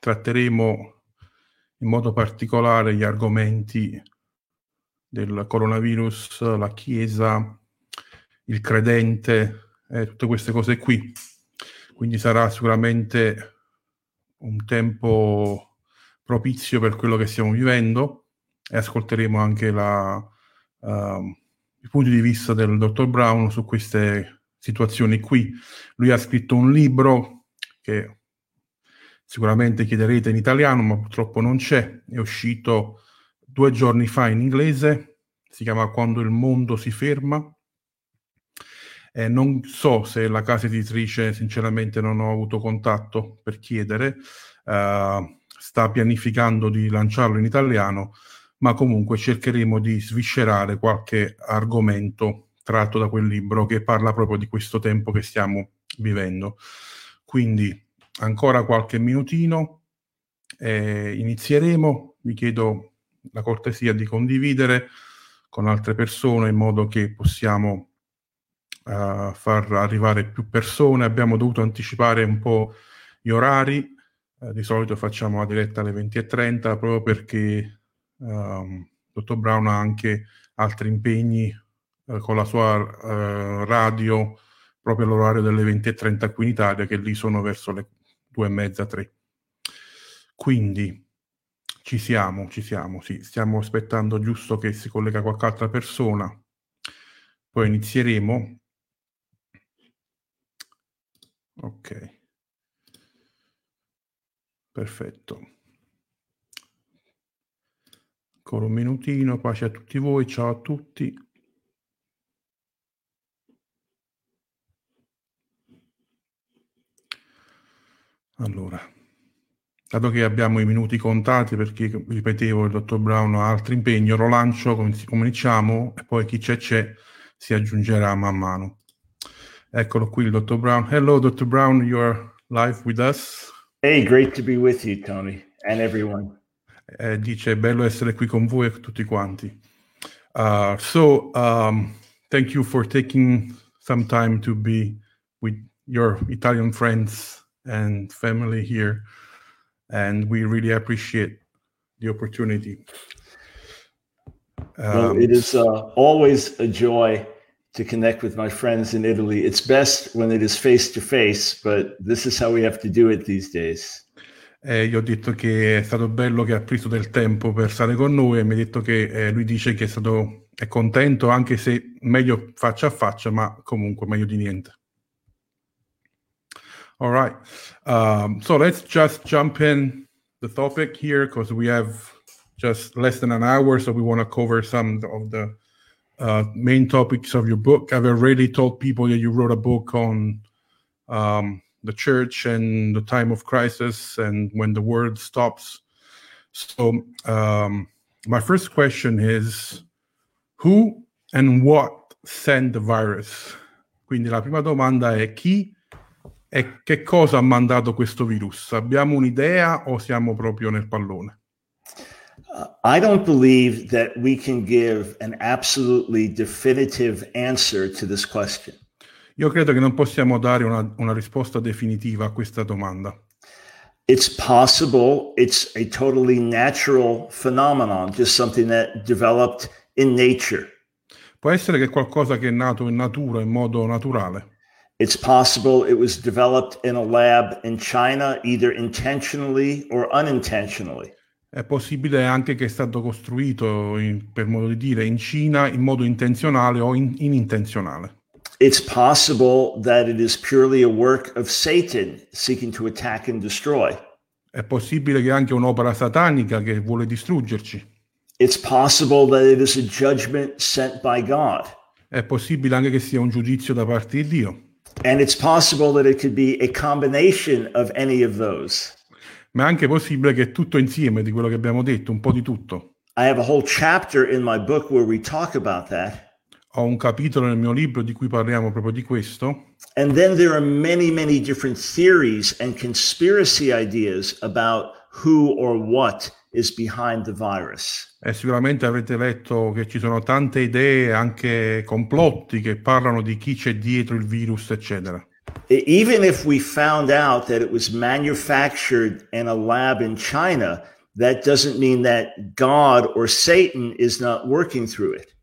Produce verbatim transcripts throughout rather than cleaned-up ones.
tratteremo in modo particolare gli argomenti del coronavirus, la Chiesa, il credente, eh, tutte queste cose qui. Quindi sarà sicuramente un tempo propizio per quello che stiamo vivendo e ascolteremo anche la, uh, i punti di vista del dottor Brown su queste situazioni qui. Lui ha scritto un libro che sicuramente chiederete in italiano, ma purtroppo non c'è, è uscito due giorni fa in inglese, si chiama Quando il mondo si ferma. Eh, non so se la casa editrice, sinceramente non ho avuto contatto per chiedere, uh, sta pianificando di lanciarlo in italiano, ma comunque cercheremo di sviscerare qualche argomento tratto da quel libro che parla proprio di questo tempo che stiamo vivendo. Quindi ancora qualche minutino, eh, inizieremo. Vi chiedo la cortesia di condividere con altre persone in modo che possiamo Uh, far arrivare più persone. Abbiamo dovuto anticipare un po' gli orari, uh, di solito facciamo la diretta alle venti e trenta proprio perché um, dottor Brown ha anche altri impegni uh, con la sua uh, radio proprio all'orario delle venti e trenta qui in Italia, che lì sono verso le due e mezza, tre. Quindi ci siamo, ci siamo, sì, stiamo aspettando giusto che si collega qualche altra persona, poi inizieremo. Ok, perfetto. Ancora un minutino, pace a tutti voi, ciao a tutti. Allora, dato che abbiamo i minuti contati, perché ripetevo il dottor Brown ha altri impegni, lo lancio, cominciamo e poi chi c'è c'è si aggiungerà man mano. Eccolo qui il dottor Brown. Hello, doctor Brown, you are live with us. Hey, great to be with you, Tony, and everyone. Eh, dice, bello essere qui con voi e tutti quanti. Uh, so, um, thank you for taking some time to be with your Italian friends and family here, and we really appreciate the opportunity. Um, well, it is uh, always a joy to connect with my friends in Italy. It's best when it is face-to-face, but this is how we have to do it these days. Eh, io ho detto che è stato bello che ha preso del tempo per stare con noi e mi ha detto che eh, lui dice che è stato è contento anche se meglio faccia a faccia, ma comunque meglio di niente. All right, um, so let's just jump in the topic here because we have just less than an hour, so we want to cover some of the uh, main topics of your book. I've already told people that you wrote a book on um, the church and the time of crisis and when the world stops. So um, my first question is, who and what sent the virus? Quindi la prima domanda è chi e che cosa ha mandato questo virus? Abbiamo un'idea o siamo proprio nel pallone? Uh, I don't believe that we can give an absolutely definitive answer to this question. Io credo che non possiamo dare una, una risposta definitiva a questa domanda. It's possible, it's a totally natural phenomenon, just something that developed in nature. Può essere che è qualcosa che è nato in natura, in modo naturale. It's possible it was developed in a lab in China, either intentionally or unintentionally. È possibile anche che è stato costruito, in, per modo di dire, in Cina in modo intenzionale o in, inintenzionale. It's possible that it is purely a work of Satan seeking to attack and destroy. È possibile che è anche un'opera satanica che vuole distruggerci. It's possible that it is a judgment sent by God. È possibile anche che sia un giudizio da parte di Dio. And it's possible that it could be a combination of any of those. Ma è anche possibile che è tutto insieme di quello che abbiamo detto, un po' di tutto. I have a whole chapter in my book where we talk about that. Ho un capitolo nel mio libro di cui parliamo proprio di questo. And then there are many, many different theories and conspiracy ideas about who or what is behind the virus. E sicuramente avrete letto che ci sono tante idee, anche complotti che parlano di chi c'è dietro il virus, eccetera. Even if we found out that it was manufactured in a lab in China, that doesn't mean that God or Satan is not working through it.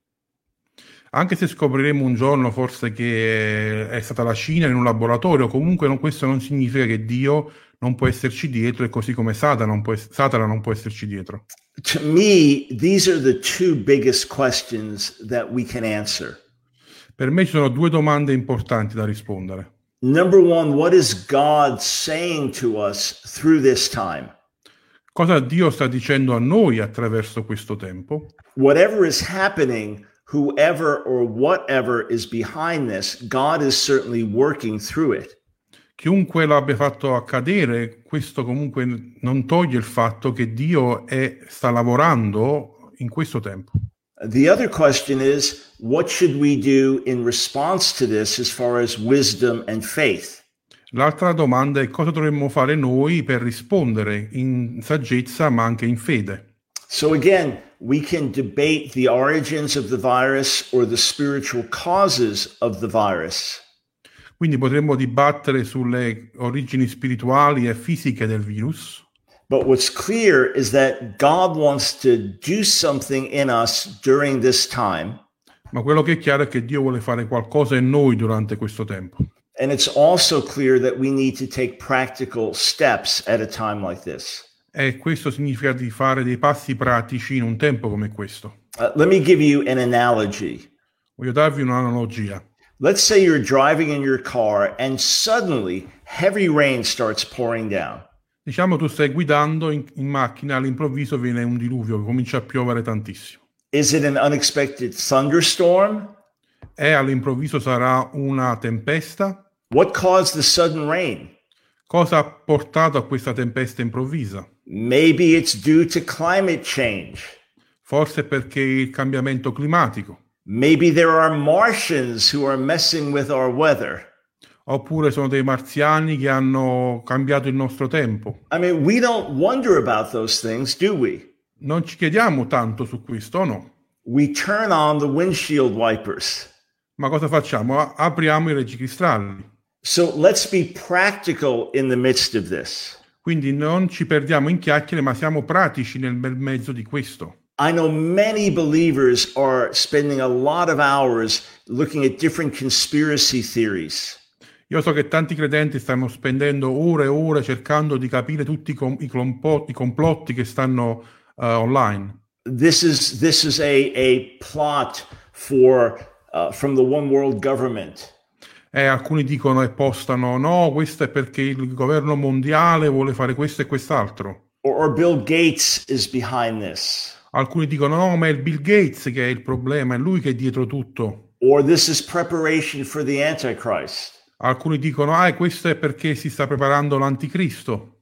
Anche se scopriremo un giorno forse che è stata la Cina in un laboratorio, comunque non, questo non significa che Dio non può esserci dietro, e così come Satana non può, Satana non può esserci dietro. To me, these are the two biggest questions that we can answer. Per me ci sono due domande importanti da rispondere. Number one, what is God saying to us through this time? Cosa Dio sta dicendo a noi attraverso questo tempo? Whatever is happening, whoever or whatever is behind this, God is certainly working through it. Chiunque l'abbia fatto accadere, questo comunque non toglie il fatto che Dio è, sta lavorando in questo tempo. The other question is, what should we do in response to this as far as wisdom and faith? L'altra domanda è cosa dovremmo fare noi per rispondere in saggezza ma anche in fede. So again, we can debate the origins of the virus or the spiritual causes of the virus. Quindi potremmo dibattere sulle origini spirituali e fisiche del virus. But what's clear is that God wants to do something in us during this time. Ma quello che è chiaro è che Dio vuole fare qualcosa in noi durante questo tempo. And it's also clear that we need to take practical steps at a time like this. E questo significa di fare dei passi pratici in un tempo come questo. Uh, let me give you an analogy. Voglio darvi un'analogia. Let's say you're driving in your car and suddenly heavy rain starts pouring down. Diciamo tu stai guidando in, in macchina, all'improvviso viene un diluvio, comincia a piovere tantissimo. Is it an unexpected thunderstorm? E all'improvviso sarà una tempesta? What caused the sudden rain? Cosa ha portato a questa tempesta improvvisa? Maybe it's due to climate change. Forse perché il cambiamento climatico. Maybe there are Martians who are messing with our weather. Oppure sono dei marziani che hanno cambiato il nostro tempo. I mean, we don't wonder about those things, do we? Non ci chiediamo tanto su questo, no? We turn on the windshield wipers. Ma cosa facciamo? Apriamo i reggiscristalli. So let's be practical in the midst of this. Quindi non ci perdiamo in chiacchiere, ma siamo pratici nel bel mezzo di questo. I know many believers are spending a lot of hours looking at different conspiracy theories. Io so che tanti credenti stanno spendendo ore e ore cercando di capire tutti i, com- i, complotti, i complotti che stanno uh, online. This is this is a a plot for uh, from the one world government. E alcuni dicono e postano no, questo è perché il governo mondiale vuole fare questo e quest'altro. Or, or Bill Gates is behind this. Alcuni dicono no, ma è il Bill Gates che è il problema, è lui che è dietro tutto. Or this is preparation for the Antichrist. Alcuni dicono ah, questo è perché si sta preparando l'anticristo.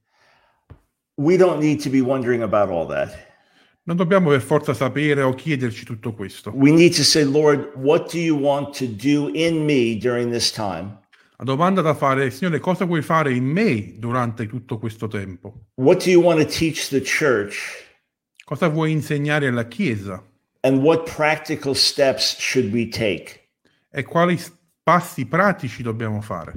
We don't need to be wondering about all that. Non dobbiamo per forza sapere o chiederci tutto questo. We need to say, Lord, what do you want to do in me during this time? La domanda da fare è, Signore, cosa vuoi fare in me durante tutto questo tempo? What do you want to teach the church? Cosa vuoi insegnare alla Chiesa? And what practical steps should we take? E quali passi pratici dobbiamo fare?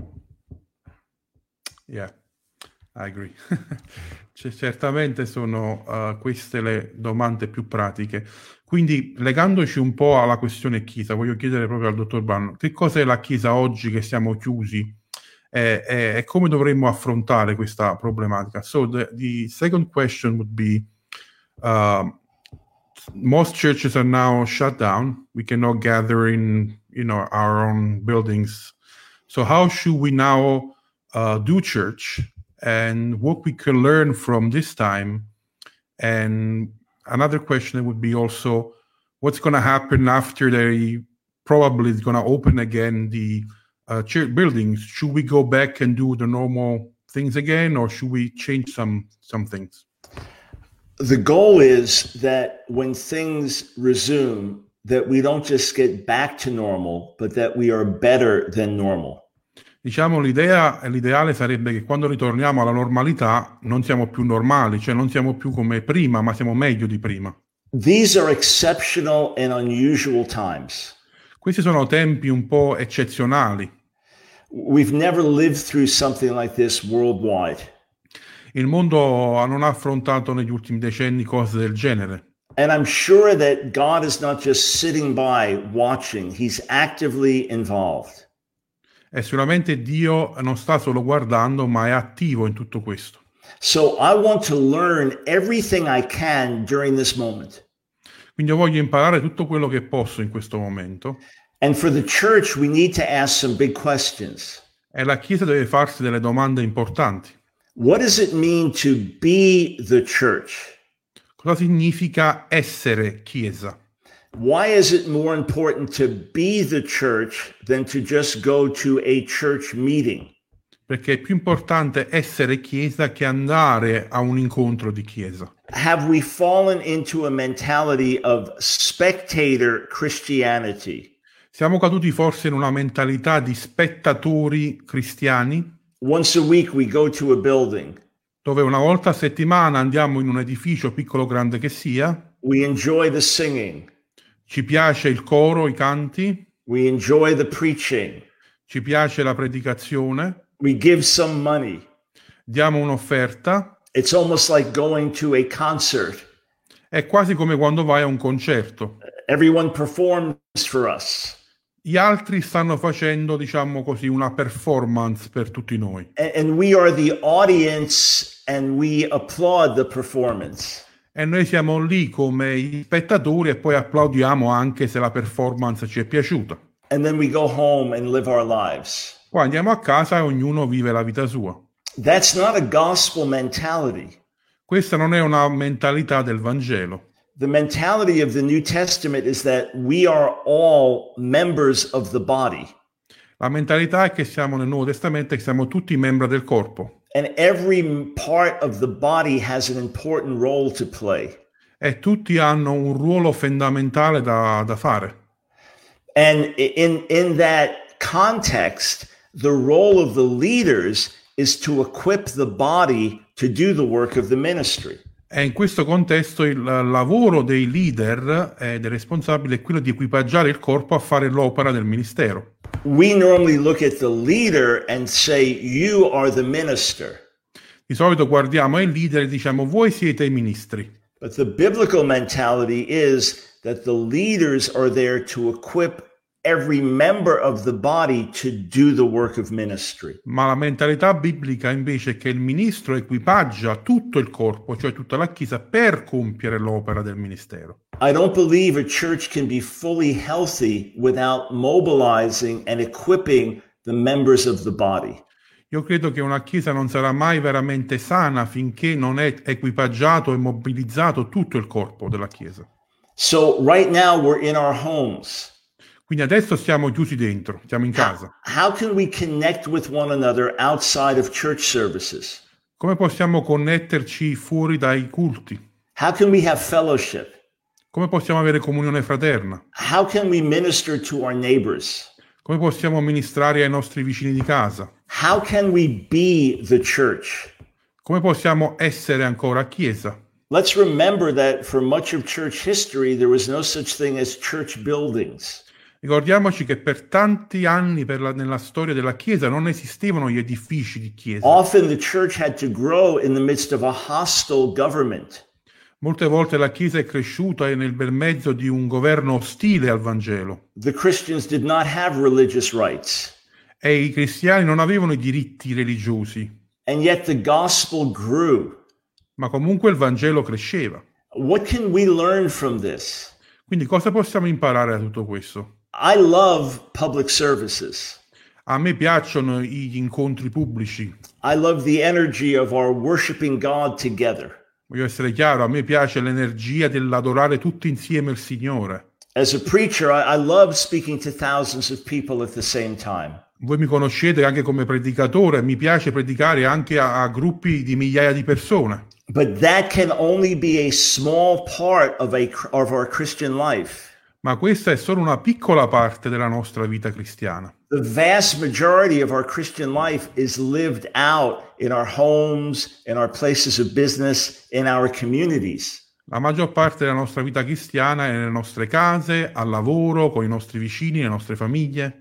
Yeah, I agree. Cioè, certamente sono uh, queste le domande più pratiche. Quindi, legandoci un po' alla questione Chiesa, voglio chiedere proprio al dottor Branno, che cos'è la Chiesa oggi che siamo chiusi e, e, e come dovremmo affrontare questa problematica? So, the, the second question would be, uh, most churches are now shut down. We cannot gather in, you know, our own buildings. So how should we now uh, do church? And what we can learn from this time. And another question would be also, what's going to happen after they probably is going to open again the uh, church buildings? Should we go back and do the normal things again, or should we change some some things? The goal is that when things resume, that we don't just get back to normal, but that we are better than normal. Diciamo l'idea e l'ideale sarebbe che quando ritorniamo alla normalità non siamo più normali, cioè non siamo più come prima, ma siamo meglio di prima. These are exceptional and unusual times. Questi sono tempi un po' eccezionali. We've never lived through something like this worldwide. Il mondo non ha affrontato negli ultimi decenni cose del genere. And I'm sure that God is not just sitting by watching, he's actively involved. E sicuramente Dio non sta solo guardando, ma è attivo in tutto questo. So I want to learn everything I can during this moment. Quindi io voglio imparare tutto quello che posso in questo momento. And for the church, we need to ask some big questions. E la Chiesa deve farsi delle domande importanti. What does it mean to be the church? Cosa significa essere Chiesa? Why is it more important to be the church than to just go to a church meeting? Perché è più importante essere Chiesa che andare a un incontro di Chiesa. Have we fallen into a mentality of spectator Christianity? Siamo caduti forse in una mentalità di spettatori cristiani, Once a week we go to a building. dove una volta a settimana andiamo in un edificio, piccolo o grande che sia, We enjoy the singing. ci piace il coro, i canti, We enjoy the preaching. ci piace la predicazione, We give some money. diamo un'offerta, It's almost like going to a concert. è quasi come quando vai a un concerto. Everyone performs for us. Gli altri stanno facendo, diciamo così, una performance per tutti noi. And, and we are the audience and we applaud the performance. E noi siamo lì come gli spettatori e poi applaudiamo anche se la performance ci è piaciuta. And then we go home and live our lives. Poi andiamo a casa e ognuno vive la vita sua. That's not a gospel mentality. Questa non è una mentalità del Vangelo. The mentality of the New Testament is that we are all members of the body. La mentalità è che siamo nel Nuovo Testamento e che siamo tutti membri del corpo. And every part of the body has an important role to play. E tutti hanno un ruolo fondamentale da, da fare. And in, in that context, the role of the leaders is to equip the body to do the work of the ministry. E in questo contesto il lavoro dei leader e dei responsabili è quello di equipaggiare il corpo a fare l'opera del ministero. We normally look at the leader and say, you are the minister. Di solito guardiamo ai leader e diciamo voi siete i ministri. But the biblical mentality is that the leaders are there to equip every member of the body to do the work of ministry. Ma la mentalità biblica invece è che il ministro equipaggia tutto il corpo, cioè tutta la Chiesa, per compiere l'opera del ministero. I don't believe a church can be fully healthy without mobilizing and equipping the members of the body. Io credo che una Chiesa non sarà mai veramente sana finché non è equipaggiato e mobilizzato tutto il corpo della Chiesa. So right now we're in our homes. Quindi adesso siamo chiusi dentro, siamo in casa. How can we connect with one another outside of church services? Come possiamo connetterci fuori dai culti? How can we have fellowship? Come possiamo avere comunione fraterna? How can we minister to our neighbors? Come possiamo ministrare ai nostri vicini di casa? How can we be the church? Come possiamo essere ancora Chiesa? Let's remember that for much of church history, there was no such thing as church buildings. Ricordiamoci che per tanti anni per la, nella storia della Chiesa non esistevano gli edifici di Chiesa. Often the church had to grow in the midst of a hostile government. Molte volte la Chiesa è cresciuta nel bel mezzo di un governo ostile al Vangelo. The Christians did not have religious rights. E i cristiani non avevano i diritti religiosi. And yet the gospel grew. Ma comunque il Vangelo cresceva. What can we learn from this? Quindi cosa possiamo imparare da tutto questo? I love public services. A me piacciono gli incontri pubblici. I love the energy of our worshiping God together. Voglio essere chiaro, a me piace l'energia dell'adorare tutti insieme il Signore. As a preacher, I, I love speaking to thousands of people at the same time. Voi mi conoscete anche come predicatore, mi piace predicare anche a, a gruppi di migliaia di persone. But that can only be a small part of, a, of our Christian life. Ma questa è solo una piccola parte della nostra vita cristiana. The vast majority of our Christian life is lived out in our homes, in our places of business, in our communities. La maggior parte della nostra vita cristiana è nelle nostre case, al lavoro, con i nostri vicini, le nostre famiglie.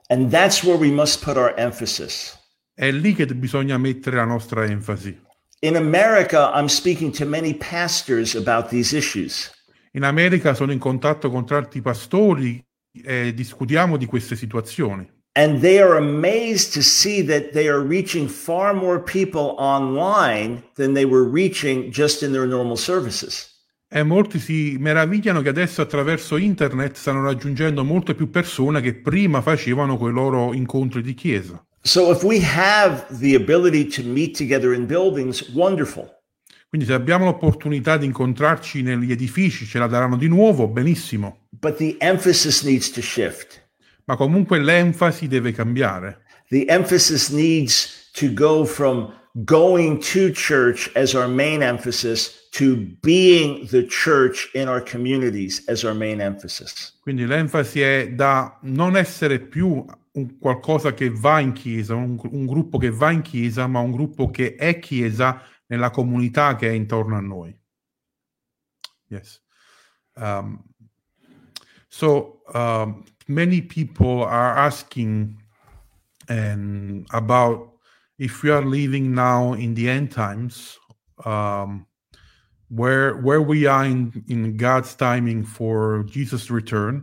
And that's where we must put our emphasis. È lì che bisogna mettere la nostra enfasi. In America, I'm speaking to many pastors about these issues. In America sono in contatto con tanti pastori e discutiamo di queste situazioni. And they are amazed to see that they are reaching far more people online than they were reaching just in their normal services. E molti si meravigliano che adesso attraverso internet stanno raggiungendo molte più persone che prima facevano quei loro incontri di chiesa. So if we have the ability to meet together in buildings, wonderful. Quindi se abbiamo l'opportunità di incontrarci negli edifici, ce la daranno di nuovo, benissimo. But the emphasis needs to shift. Ma comunque l'enfasi deve cambiare. The emphasis needs to go from going to church as our main emphasis to being the church in our communities as our main emphasis. Quindi l'enfasi è da non essere più un qualcosa che va in chiesa, un, un gruppo che va in chiesa, ma un gruppo che è chiesa nella comunità che è intorno a noi. Yes. Um, so um, many people are asking um, about if we are living now in the end times, um, where where we are in, in God's timing for Jesus' return.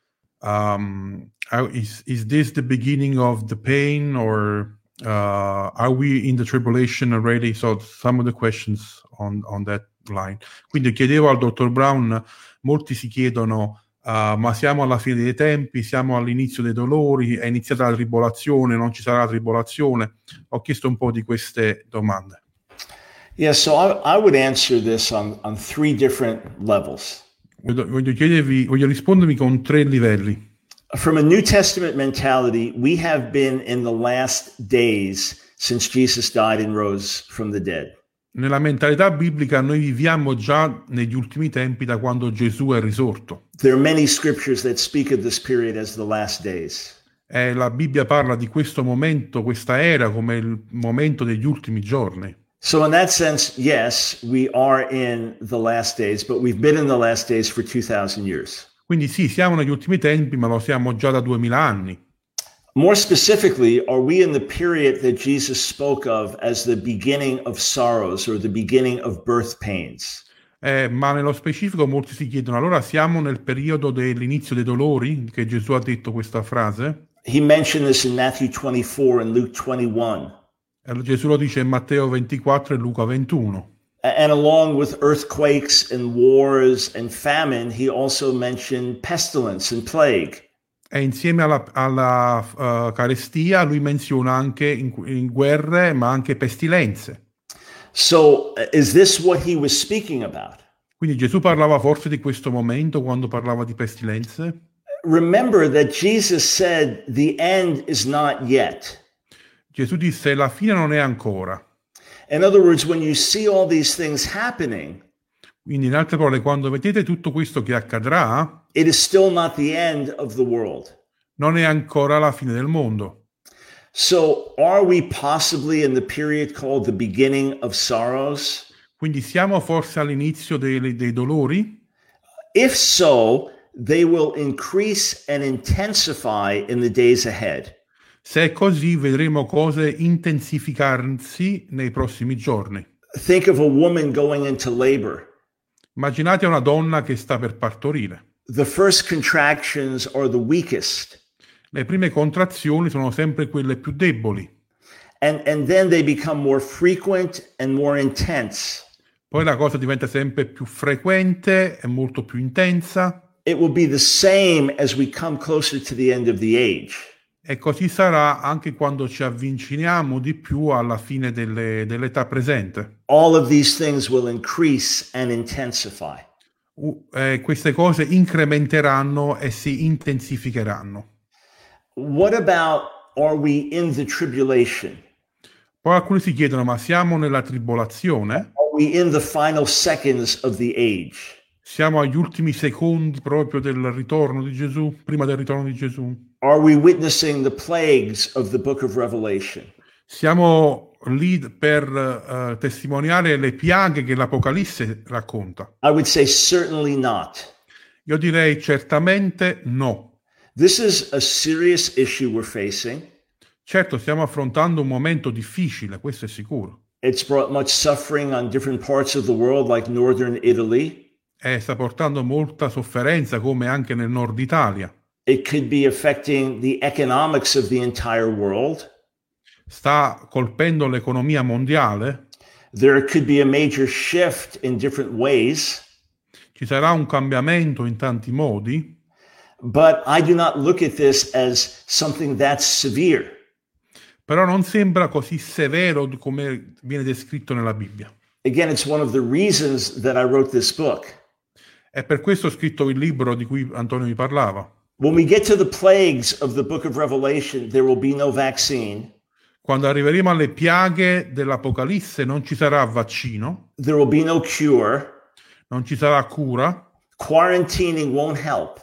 Um, is is this the beginning of the pain, or uh, are we in the tribulation already? So some of the questions on on that line. Quindi chiedevo al dottor Brown, molti si chiedono, uh, ma siamo alla fine dei tempi, siamo all'inizio dei dolori, è iniziata la tribolazione, non ci sarà la tribolazione? Ho chiesto un po' di queste domande. Yeah, so I, I would answer this on, on three different levels. Voglio, voglio chiedervi, voglio rispondervi con tre livelli. From a New Testament mentality, we have been in the last days since Jesus died and rose from the dead. Nella mentalità biblica noi viviamo già negli ultimi tempi da quando Gesù è risorto. There are many scriptures that speak of this period as the last days. E la Bibbia parla di questo momento, questa era, come il momento degli ultimi giorni. So in that sense, yes, we are in the last days, but we've been in the last days for two thousand years. Quindi sì, siamo negli ultimi tempi, ma lo siamo già da duemila anni. More specifically, are we in the period that Jesus spoke of as the beginning of sorrows or the beginning of birth pains? Eh, ma nello specifico molti si chiedono, allora siamo nel periodo dell'inizio dei dolori, che Gesù ha detto questa frase? He mentioned this in Matthew twenty-four and Luke twenty-one. Eh, Gesù lo dice in Matteo ventiquattro e Luca ventuno. And along with earthquakes and wars and famine, he also mentioned pestilence and plague. E insieme alla, alla uh, carestia lui menziona anche in, in guerre, ma anche pestilenze. So is this what he was speaking about? Quindi Gesù parlava forse di questo momento quando parlava di pestilenze? Remember that Jesus said the end is not yet. Gesù disse la fine non è ancora. In other words, when you see all these things happening, quindi in altre parole, quando vedete tutto questo che accadrà, it is still not the end of the world. Non è ancora la fine del mondo. So, are we possibly in the period called the beginning of sorrows? Quindi siamo forse all'inizio dei, dei dolori? If so, they will increase and intensify in the days ahead. Se è così, vedremo cose intensificarsi nei prossimi giorni. Think of a woman going into labor. Immaginate una donna che sta per partorire. The first contractions are the weakest. Le prime contrazioni sono sempre quelle più deboli. And, and then they become more frequent and more intense. Poi la cosa diventa sempre più frequente e molto più intensa. It will be the same as we come closer to the end of the age. E così sarà anche quando ci avviciniamo di più alla fine delle, dell'età presente. All of these things will increase and intensify. Uh, eh, queste cose incrementeranno e si intensificheranno. What about, are we in the tribulation? Poi alcuni si chiedono, ma siamo nella tribolazione? Are we in the final seconds of the age? Siamo agli ultimi secondi proprio del ritorno di Gesù, prima del ritorno di Gesù? Are we witnessing the plagues of the book of Revelation? Siamo lì per uh, testimoniare le piaghe che l'Apocalisse racconta? I would say certainly not. Io direi certamente no. This is a serious issue we're facing. Certo, stiamo affrontando un momento difficile, questo è sicuro. It's brought much suffering on different parts of the world, like northern Italy. E sta portando molta sofferenza, come anche nel nord Italia. It could be affecting the economics of the entire world. Sta colpendo l'economia mondiale. There could be a major shift in different ways. Ci sarà un cambiamento in tanti modi. But I do not look at this as something that's severe. Però non sembra così severo come viene descritto nella Bibbia. Again, it's one of the reasons that I wrote this book. È per questo ho scritto il libro di cui Antonio mi parlava. When we get to the plagues of the book of Revelation, there will be no vaccine. Quando arriveremo alle piaghe dell'Apocalisse non ci sarà vaccino. There will be no cure. Non ci sarà cura. Quarantining won't help.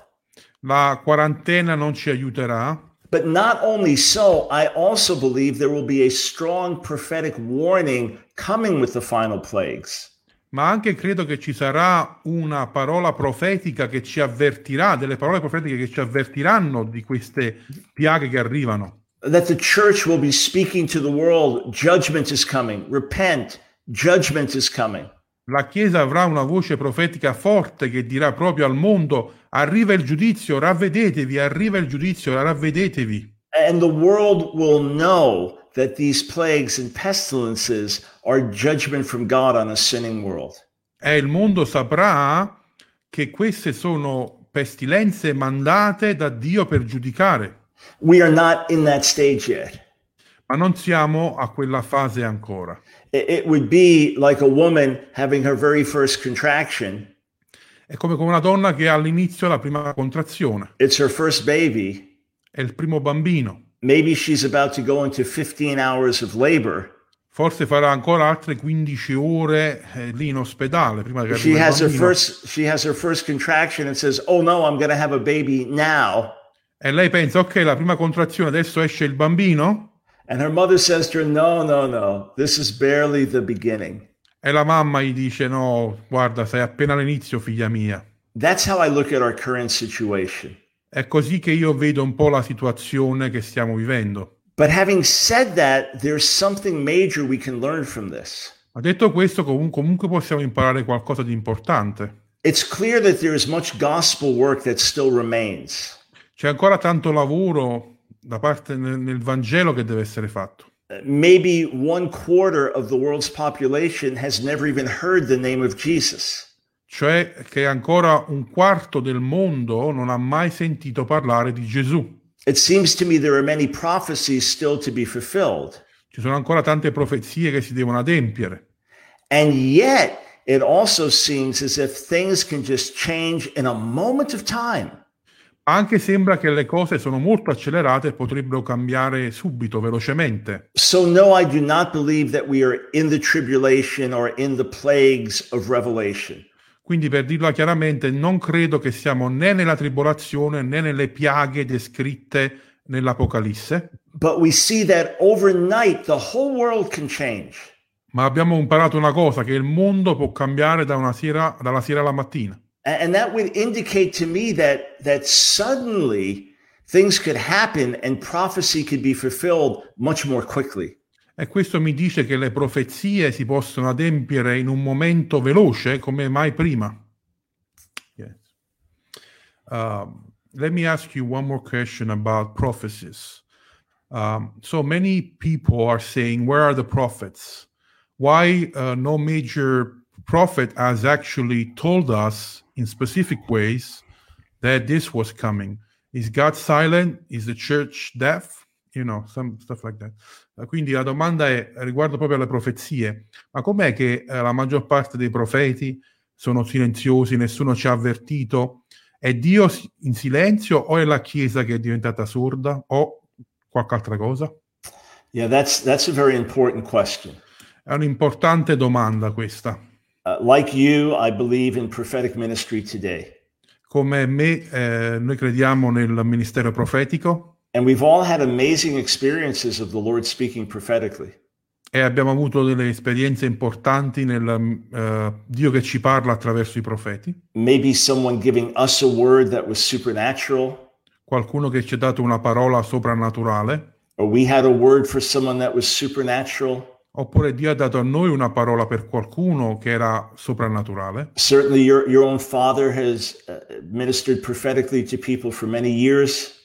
La quarantena non ci aiuterà. But not only so, I also believe there will be a strong prophetic warning coming with the final plagues. Ma anche credo che ci sarà una parola profetica che ci avvertirà, delle parole profetiche che ci avvertiranno di queste piaghe che arrivano. That the church will be speaking to the world, judgment is coming, repent, judgment is coming. La Chiesa avrà una voce profetica forte che dirà proprio al mondo: arriva il giudizio, ravvedetevi, arriva il giudizio, ravvedetevi. And the world will know that these plagues and pestilences are judgment from God on a sinning world. E il mondo saprà che queste sono pestilenze mandate da Dio per giudicare. We are not in that stage yet. Ma non siamo a quella fase ancora. It would be like a woman having her very first contraction. È come con una donna che ha all'inizio la prima contrazione. It's her first baby. È il primo bambino. Maybe she's about to go into fifteen hours of labor. Forse farà ancora altre quindici ore eh, lì in ospedale prima che She arrivi il has her bambino. first she has her first contraction and says, "Oh no, I'm going to have a baby now." E lei pensa: ok, la prima contrazione, adesso esce il bambino. And her mother says to her, "No, no, no. This is barely the beginning." E la mamma gli dice: no, guarda, sei appena all'inizio, figlia mia. That's how I look at our current situation. È così che io vedo un po' la situazione che stiamo vivendo. But having said that, there's something major we can learn from this. Ma detto questo, comunque, comunque possiamo imparare qualcosa di importante. It's clear that there is much gospel work that still remains. C'è ancora tanto lavoro da parte nel, nel Vangelo che deve essere fatto. Maybe one quarter of the world's population has never even heard the name of Jesus. Cioè che ancora un quarto del mondo non ha mai sentito parlare di Gesù. It seems to me there are many prophecies still to be fulfilled. Ci sono ancora tante profezie che si devono adempiere. And yet, it also seems as if things can just change in a moment of time. Anche sembra che le cose sono molto accelerate e potrebbero cambiare subito, velocemente. So no, I do not believe that we are in the tribulation or in the plagues of Revelation. Quindi, per dirla chiaramente, non credo che siamo né nella tribolazione né nelle piaghe descritte nell'Apocalisse. But we see that overnight the whole world can change. Ma abbiamo imparato una cosa, che il mondo può cambiare da una sera, dalla sera alla mattina. And that would indicate to me that that suddenly things could happen and prophecy could be fulfilled much more quickly. E questo mi dice che le profezie si possono adempiere in un momento veloce come mai prima. Yes. Um, let me ask you one more question about prophecies. Um, so many people are saying, where are the prophets? Why uh, no major prophet has actually told us in specific ways that this was coming? Is God silent? Is the church deaf? You know, some stuff like that. Quindi la domanda è riguardo proprio alle profezie. Ma com'è che eh, la maggior parte dei profeti sono silenziosi, nessuno ci ha avvertito? È Dio in silenzio o è la Chiesa che è diventata sorda o qualche altra cosa? Yeah, that's that's a very important question. È un'importante domanda questa. Uh, like you, I believe in prophetic ministry today. Come me, eh, noi crediamo nel ministero profetico. And we've all had amazing experiences of the Lord speaking prophetically. E abbiamo avuto delle esperienze importanti nel uh, Dio che ci parla attraverso i profeti. Maybe someone giving us a word that was supernatural. qualcuno che ci ha dato una parola soprannaturale, or we had a word for someone that was supernatural. oppure Dio ha dato a noi una parola per qualcuno che era soprannaturale. Certainly your, your own father has uh, ministered prophetically to people for many years.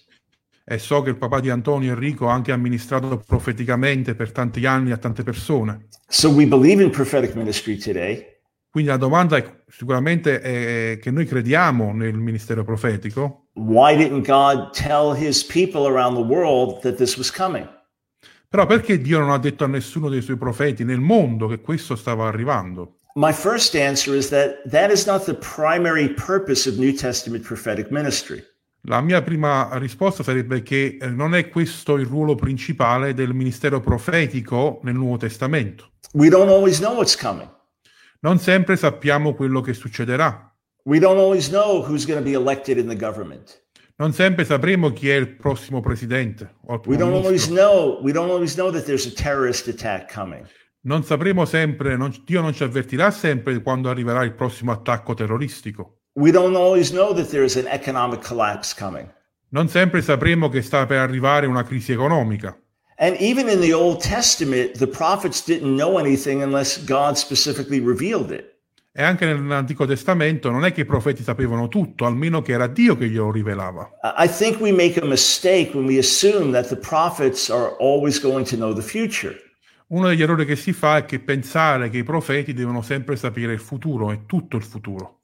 E so che il papà di Antonio Enrico ha anche amministrato profeticamente per tanti anni a tante persone. So we believe in prophetic ministry today. Quindi la domanda è, sicuramente è che noi crediamo nel ministero profetico. Why didn't God tell his people around the world that this was coming? Però perché Dio non ha detto a nessuno dei suoi profeti nel mondo che questo stava arrivando? My first answer is that that is not the primary purpose of New Testament prophetic ministry. La mia prima risposta sarebbe che non è questo il ruolo principale del ministero profetico nel Nuovo Testamento. We don't always know what's coming. Non sempre sappiamo quello che succederà. We don't always know who's going to be elected in the government. Non sempre sapremo chi è il prossimo presidente o il We primo don't always ministro. know. We don't always know that there's a terrorist attack coming. Non sapremo sempre, non- Dio non ci avvertirà sempre quando arriverà il prossimo attacco terroristico. We don't always know that there's an economic collapse coming. Non sempre sapremo che sta per arrivare una crisi economica. And even in the Old Testament, the prophets didn't know anything unless God specifically revealed it. E anche nell'Antico Testamento non è che i profeti sapevano tutto, almeno che era Dio che glielo rivelava. I think we make a mistake when we assume that the prophets are always going to know the future. Uno degli errori che si fa è che pensare che i profeti devono sempre sapere il futuro, e tutto il futuro.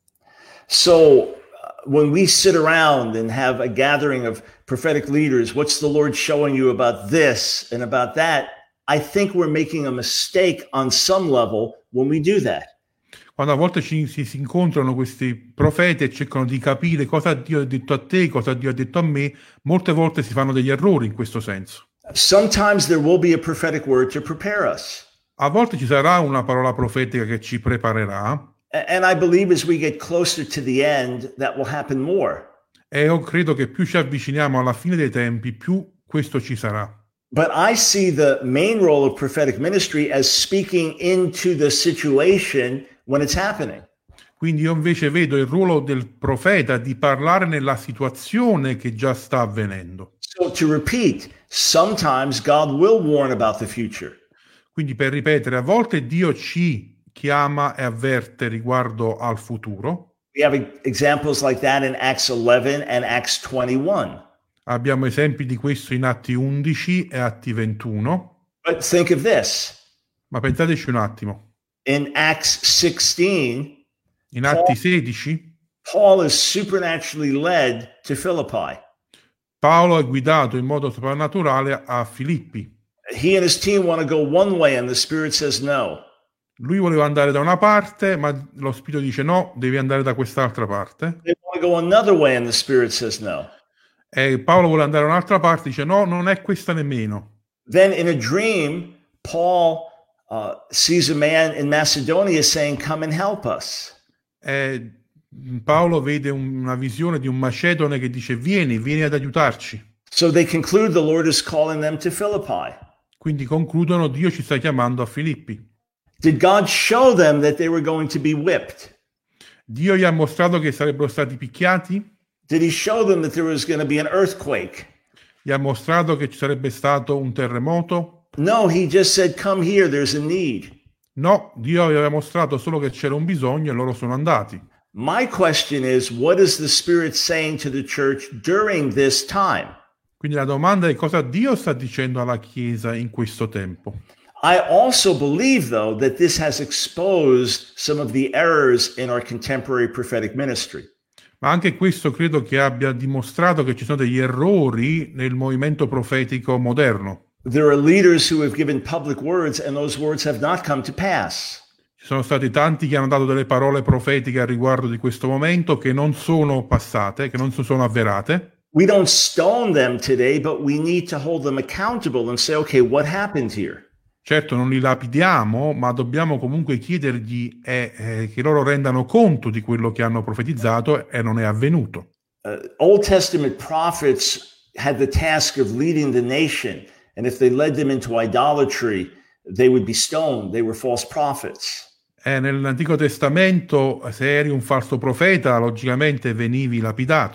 So uh, when we sit around and have a gathering of prophetic leaders, what's the Lord showing you about this and about that? I think we're making a mistake on some level when we do that. Quando a volte ci, si, si incontrano questi profeti e cercano di capire cosa Dio ha detto a te, cosa Dio ha detto a me, molte volte si fanno degli errori in questo senso. Sometimes there will be a prophetic word to prepare us. A volte ci sarà una parola profetica che ci preparerà, A- And I believe as we get closer to the end, that will happen more. e io credo che più ci avviciniamo alla fine dei tempi, più questo ci sarà. But I see the main role of prophetic ministry as speaking into the situation when it's happening. Quindi io invece vedo il ruolo del profeta di parlare nella situazione che già sta avvenendo. So to repeat, sometimes God will warn about the future. Quindi per ripetere, a volte Dio ci chiama e avverte riguardo al futuro. We have e- examples like that in Acts eleven and Acts twenty-one. Abbiamo esempi di questo in Atti undici e Atti ventuno. But think of this. Ma pensateci un attimo. In Acts sixteen, In Atti sedici, Paul is supernaturally led to Philippi. Paolo è guidato in modo soprannaturale a Filippi. He and his team want to go one way and the Spirit says no. Lui voleva andare da una parte, ma lo Spirito dice no, devi andare da quest'altra parte. They want to go another way and the Spirit says no. E Paolo vuole andare da un'altra parte, dice no, non è questa nemmeno. Then in a dream, Paul uh, sees a man in Macedonia saying, "Come and help us." E Paolo vede un- una visione di un macedone che dice vieni, vieni ad aiutarci. So they conclude the Lord is calling them to Philippi. Quindi concludono, Dio ci sta chiamando a Filippi. Did God show them that they were going to be whipped? Dio gli ha mostrato che sarebbero stati picchiati, Did he show them that there was going to be an earthquake? gli ha mostrato che ci sarebbe stato un terremoto. No, he just said, "Come here, there's a need." No, Dio gli aveva mostrato solo che c'era un bisogno e loro sono andati. My question is, what is the Spirit saying to the church during this time? Quindi la domanda è cosa Dio sta dicendo alla Chiesa in questo tempo. I also believe, though, that this has exposed some of the errors in our contemporary prophetic ministry. Ma anche questo credo che abbia dimostrato che ci sono degli errori nel movimento profetico moderno. There are leaders who have given public words, and those words have not come to pass. Ci sono stati tanti che hanno dato delle parole profetiche a riguardo di questo momento che non sono passate, che non so- sono avverate. We don't stone them today, but we need to hold them accountable and say, okay, what happened here? Certo, non li lapidiamo, ma dobbiamo comunque chiedergli eh, eh, che loro rendano conto di quello che hanno profetizzato e non è avvenuto. Uh, Old Testament prophets had the task of leading the nation, and if they led them into idolatry, they would be stoned. They were false prophets. E nell'Antico Testamento, se eri un falso profeta, logicamente venivi lapidato.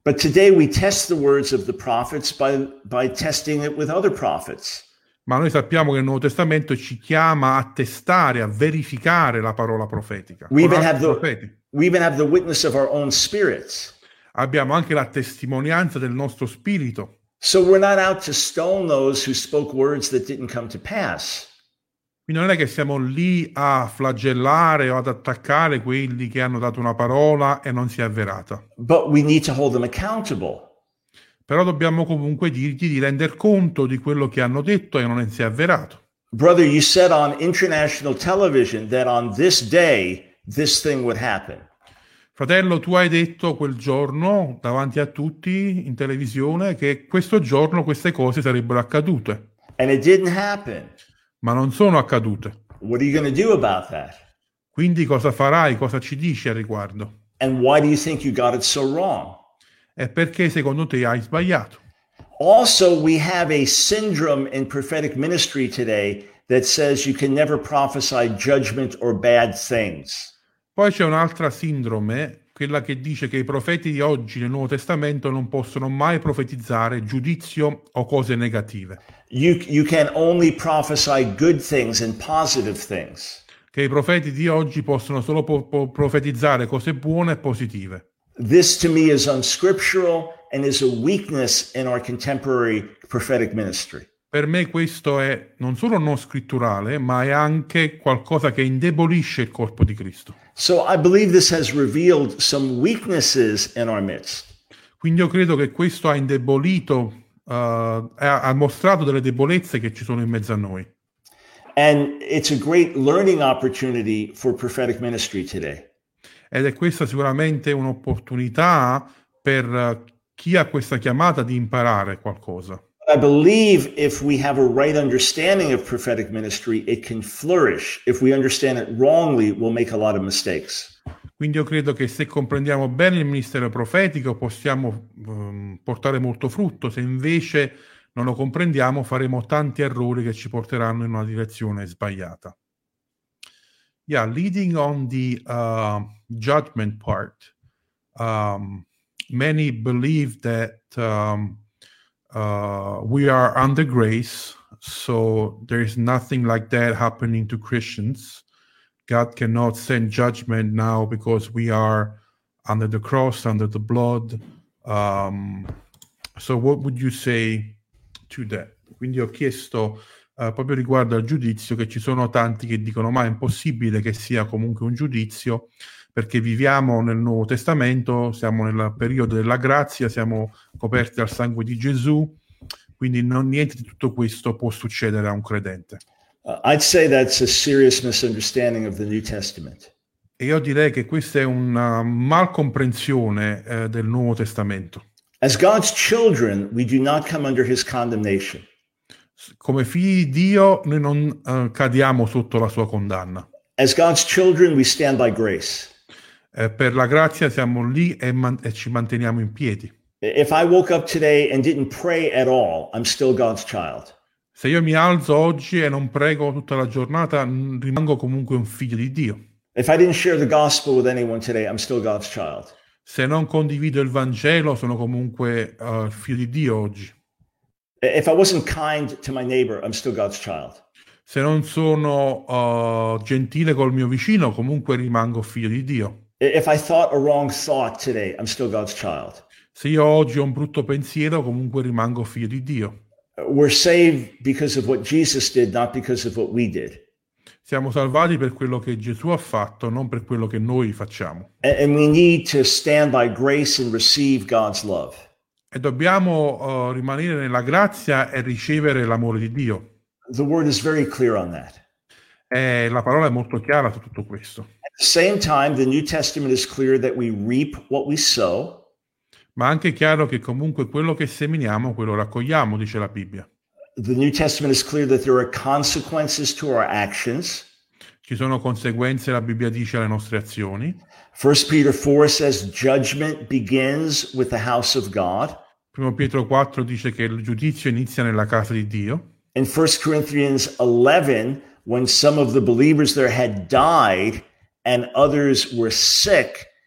But today we test the words of the prophets by, by testing it with other prophets. Ma noi sappiamo che il Nuovo Testamento ci chiama a testare, a verificare la parola profetica. We con even, altri have the, profeti. we even have the witness of our own spirits. Abbiamo anche la testimonianza del nostro spirito. So we're not out to stone those who spoke words that didn't come to pass. Quindi non è che siamo lì a flagellare o ad attaccare quelli che hanno dato una parola e non si è avverata. But we need to hold them accountable. Però dobbiamo comunque dirgli di render conto di quello che hanno detto e non si è avverato. Brother, you said on international television that on this day, this thing would happen. Fratello, tu hai detto quel giorno davanti a tutti in televisione che questo giorno queste cose sarebbero accadute. And it didn't happen. Ma non sono accadute. What are you going to do about that? Quindi cosa farai? Cosa ci dici al riguardo? And why do you think you got it so wrong? E perché secondo te hai sbagliato? Also, we have a syndrome in prophetic ministry today that says you can never prophesy judgment or bad things. Poi c'è un'altra sindrome, quella che dice che i profeti di oggi nel Nuovo Testamento non possono mai profetizzare giudizio o cose negative. You, you can only prophesy good things and positive things. Che i profeti di oggi possono solo po- po- profetizzare cose buone e positive. This to me is unscriptural and is a weakness in our contemporary prophetic ministry. Per me questo è non solo non scritturale, ma è anche qualcosa che indebolisce il corpo di Cristo. So I believe this has revealed some weaknesses in our midst. Quindi io credo che questo ha indebolito, uh, ha, ha mostrato delle debolezze che ci sono in mezzo a noi. And it's a great learning opportunity for prophetic ministry today. Ed è questa sicuramente un'opportunità per uh, chi ha questa chiamata di imparare qualcosa. I believe if we have a right understanding of prophetic ministry, it can flourish. If we understand it wrongly, we'll make a lot of mistakes. Quindi io credo che se comprendiamo bene il ministero profetico possiamo um, portare molto frutto, se invece non lo comprendiamo faremo tanti errori che ci porteranno in una direzione sbagliata. Yeah, leading on the uh, judgment part, um, many believe that um, uh, we are under grace, so there is nothing like that happening to Christians. God cannot send judgment now because we are under the cross, under the blood. Um, so what would you say to that? Quindi ho chiesto uh, proprio riguardo al giudizio che ci sono tanti che dicono ma è impossibile che sia comunque un giudizio perché viviamo nel Nuovo Testamento, siamo nel periodo della grazia, siamo coperti dal sangue di Gesù, quindi non, niente di tutto questo può succedere a un credente. Uh, I'd say that's a serious misunderstanding of the New Testament. E io direi che questa è una malcomprensione eh, del Nuovo Testamento. As God's children, we do not come under his condemnation. Come figli di Dio noi non uh, cadiamo sotto la sua condanna. As God's children, we stand by grace. Eh, per la grazia siamo lì e, man- e ci manteniamo in piedi. If I woke up today and didn't pray at all, I'm still God's child. Se io mi alzo oggi e non prego tutta la giornata, n- rimango comunque un figlio di Dio. If I didn't share the gospel with anyone today, I'm still God's child. Se non condivido il Vangelo, sono comunque uh, figlio di Dio oggi. If I wasn't kind to my neighbor, I'm still God's child. Se non sono uh, gentile col mio vicino, comunque rimango figlio di Dio. If I thought a wrong thought today, I'm still God's child. Se io oggi ho un brutto pensiero, comunque rimango figlio di Dio. We're saved because of what Jesus did, not because of what we did. Siamo salvati per quello che Gesù ha fatto, non per quello che noi facciamo. And we need to stand by grace and receive God's love. E dobbiamo uh, rimanere nella grazia e ricevere l'amore di Dio. The word is very clear on that. E la parola è molto chiara su tutto questo. At the same time, the New Testament is clear that we reap what we sow. Ma anche è chiaro che comunque quello che seminiamo, quello raccogliamo, dice la Bibbia. The New Testament is clear that there are consequences to our actions. Ci sono conseguenze, la Bibbia dice, alle nostre azioni. First Peter four says judgment begins with the house of God. Primo Pietro quattro dice che il giudizio inizia nella casa di Dio. In First Corinthians eleven, when some of the believers there had died and others were sick,